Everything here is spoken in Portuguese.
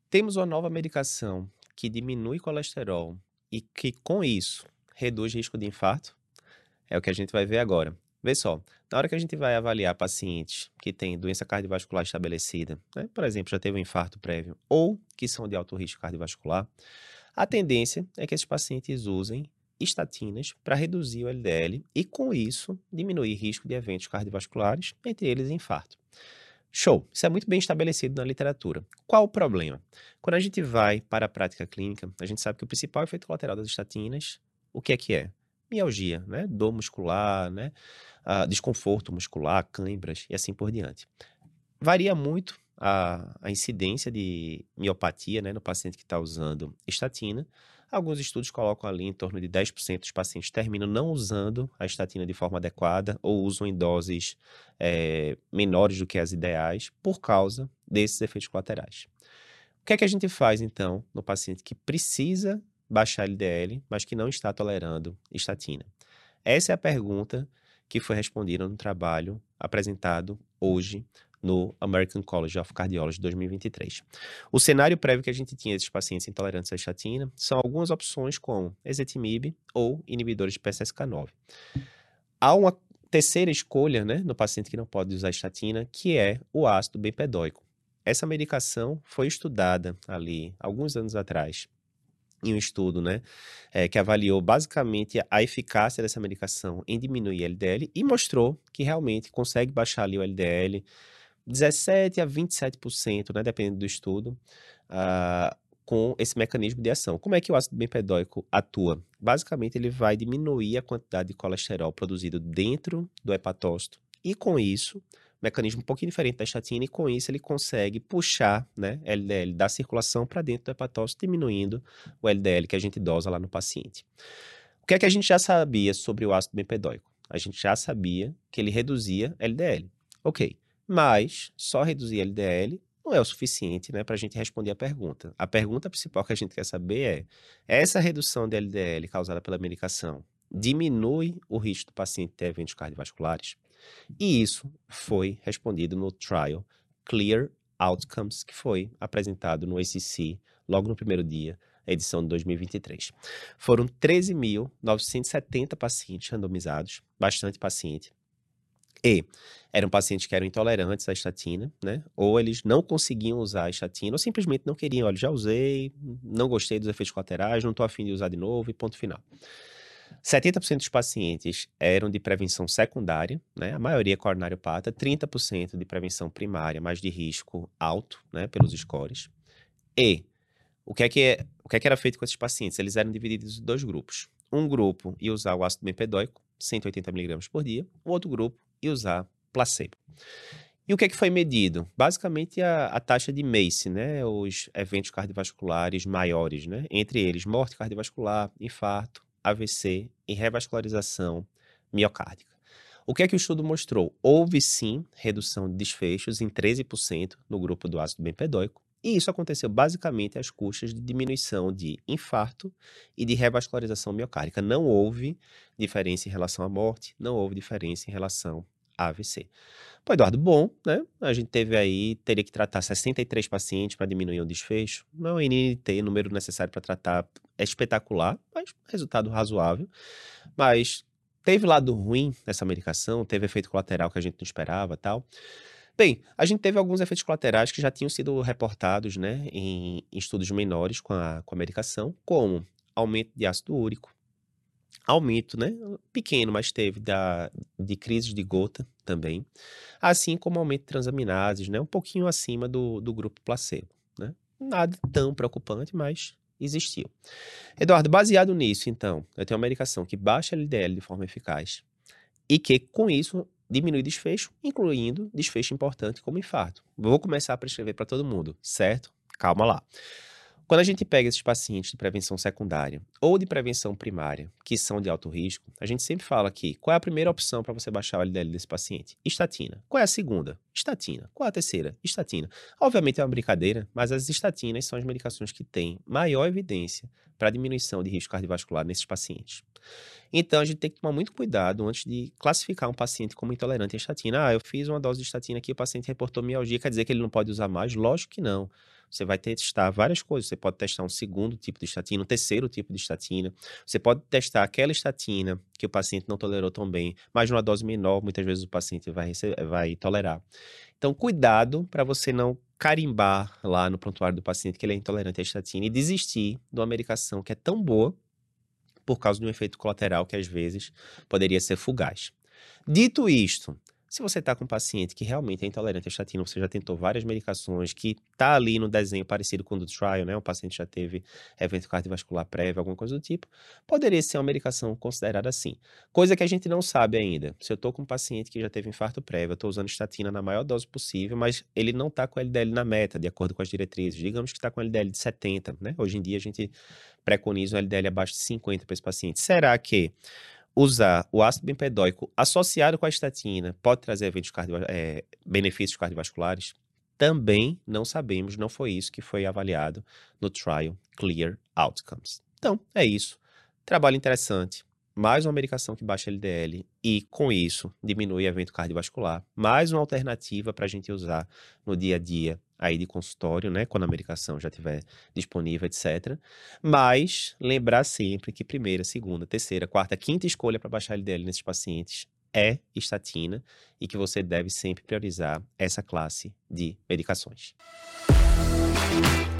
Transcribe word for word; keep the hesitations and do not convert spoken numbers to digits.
Temos uma nova medicação que diminui colesterol e que, com isso, reduz risco de infarto? É o que a gente vai ver agora. Vê só, na hora que a gente vai avaliar pacientes que têm doença cardiovascular estabelecida, né, por exemplo, já teve um infarto prévio ou que são de alto risco cardiovascular, a tendência é que esses pacientes usem estatinas para reduzir o L D L e, com isso, diminuir risco de eventos cardiovasculares, entre eles infarto. Show! Isso é muito bem estabelecido na literatura. Qual o problema? Quando a gente vai para a prática clínica, a gente sabe que o principal efeito colateral das estatinas, o que é que é? Mialgia, né? Dor muscular, né? Ah, desconforto muscular, câimbras e assim por diante. Varia muito a, a incidência de miopatia, né, no paciente que está usando estatina. Alguns estudos colocam ali em torno de dez por cento dos pacientes terminam não usando a estatina de forma adequada ou usam em doses eh, menores do que as ideais por causa desses efeitos colaterais. O que é que a gente faz, então, no paciente que precisa baixar L D L, mas que não está tolerando estatina? Essa é a pergunta que foi respondida no trabalho apresentado hoje no American College of Cardiology dois mil e vinte e três. O cenário prévio que a gente tinha desses pacientes intolerantes à estatina são algumas opções como ezetimibe ou inibidores de P C S K nove. Há uma terceira escolha, né, no paciente que não pode usar estatina, que é o ácido bempedóico. Essa medicação foi estudada ali alguns anos atrás em um estudo, né, eh, que avaliou basicamente a eficácia dessa medicação em diminuir L D L e mostrou que realmente consegue baixar ali o L D L dezessete a vinte e sete por cento, né, dependendo do estudo, ah, com esse mecanismo de ação. Como é que o ácido bempedóico atua? Basicamente, ele vai diminuir a quantidade de colesterol produzido dentro do hepatócito e, com isso, mecanismo um pouquinho diferente da estatina, e com isso ele consegue puxar, né, L D L da circulação para dentro do hepatócito, diminuindo o L D L que a gente dosa lá no paciente. O que é que a gente já sabia sobre o ácido bempedóico? A gente já sabia que ele reduzia L D L. Ok, mas só reduzir L D L não é o suficiente, né, para a gente responder a pergunta. A pergunta principal que a gente quer saber é: essa redução de L D L causada pela medicação diminui o risco do paciente ter eventos cardiovasculares? E isso foi respondido no trial Clear Outcomes, que foi apresentado no A C C logo no primeiro dia, edição de dois mil e vinte e três. Foram treze mil novecentos e setenta pacientes randomizados, bastante paciente, e eram pacientes que eram intolerantes à estatina, né? Ou eles não conseguiam usar a estatina, ou simplesmente não queriam. Olha, já usei, não gostei dos efeitos colaterais, não estou afim de usar de novo, e ponto final. setenta por cento dos pacientes eram de prevenção secundária, né? A maioria coronariopata, trinta por cento de prevenção primária, mas de risco alto, né? Pelos scores. E o que é que, é, o que é que era feito com esses pacientes? Eles eram divididos em dois grupos. Um grupo ia usar o ácido bempedóico, cento e oitenta miligramas por dia. O outro grupo ia usar placebo. E o que é que foi medido? Basicamente a, a taxa de MACE, né? Os eventos cardiovasculares maiores, né? Entre eles morte cardiovascular, infarto, A V C e revascularização miocárdica. O que é que o estudo mostrou? Houve sim redução de desfechos em treze por cento no grupo do ácido bempedóico, e isso aconteceu basicamente às custas de diminuição de infarto e de revascularização miocárdica. Não houve diferença em relação à morte, não houve diferença em relação a A V C. Pô, Eduardo, bom, né? A gente teve aí, teria que tratar sessenta e três pacientes para diminuir o desfecho. Não é o N N T, o número necessário para tratar é espetacular, mas resultado razoável. Mas teve lado ruim nessa medicação, teve efeito colateral que a gente não esperava e tal. Bem, a gente teve alguns efeitos colaterais que já tinham sido reportados, né, em, em estudos menores com a, com a medicação, como aumento de ácido úrico, aumento, né, pequeno, mas teve da, de crises de gota também, assim como aumento de transaminases, né, um pouquinho acima do, do grupo placebo, né. Nada tão preocupante, mas existiu. Eduardo, baseado nisso, então, eu tenho uma medicação que baixa L D L de forma eficaz e que, com isso, diminui desfecho, incluindo desfecho importante como infarto. Vou começar a prescrever para todo mundo, certo? Calma lá. Quando a gente pega esses pacientes de prevenção secundária ou de prevenção primária, que são de alto risco, a gente sempre fala aqui, qual é a primeira opção para você baixar o L D L desse paciente? Estatina. Qual é a segunda? Estatina. Qual é a terceira? Estatina. Obviamente é uma brincadeira, mas as estatinas são as medicações que têm maior evidência para diminuição de risco cardiovascular nesses pacientes. Então, a gente tem que tomar muito cuidado antes de classificar um paciente como intolerante à estatina. Ah, eu fiz uma dose de estatina aqui, o paciente reportou mialgia, quer dizer que ele não pode usar mais? Lógico que não. Você vai testar várias coisas. Você pode testar um segundo tipo de estatina, um terceiro tipo de estatina. Você pode testar aquela estatina que o paciente não tolerou tão bem, mas numa dose menor, muitas vezes o paciente vai, rece- vai tolerar. Então, cuidado para você não carimbar lá no prontuário do paciente que ele é intolerante à estatina e desistir de uma medicação que é tão boa por causa de um efeito colateral que às vezes poderia ser fugaz. Dito isto, se você está com um paciente que realmente é intolerante à estatina, você já tentou várias medicações, que está ali no desenho parecido com o do trial, né? O paciente já teve evento cardiovascular prévio, alguma coisa do tipo, poderia ser uma medicação considerada assim. Coisa que a gente não sabe ainda. Se eu estou com um paciente que já teve infarto prévio, eu estou usando estatina na maior dose possível, mas ele não está com L D L na meta, de acordo com as diretrizes. Digamos que está com L D L de setenta, né? Hoje em dia a gente preconiza um L D L abaixo de cinquenta para esse paciente. Será que usar o ácido bempedóico associado com a estatina pode trazer eventos cardio, eh, benefícios cardiovasculares? Também não sabemos, não foi isso que foi avaliado no trial Clear Outcomes. Então, é isso. Trabalho interessante. Mais uma medicação que baixa L D L e, com isso, diminui evento cardiovascular. Mais uma alternativa para a gente usar no dia a dia aí de consultório, né? Quando a medicação já estiver disponível, etcétera. Mas lembrar sempre que primeira, segunda, terceira, quarta, quinta escolha para baixar L D L nesses pacientes é estatina e que você deve sempre priorizar essa classe de medicações.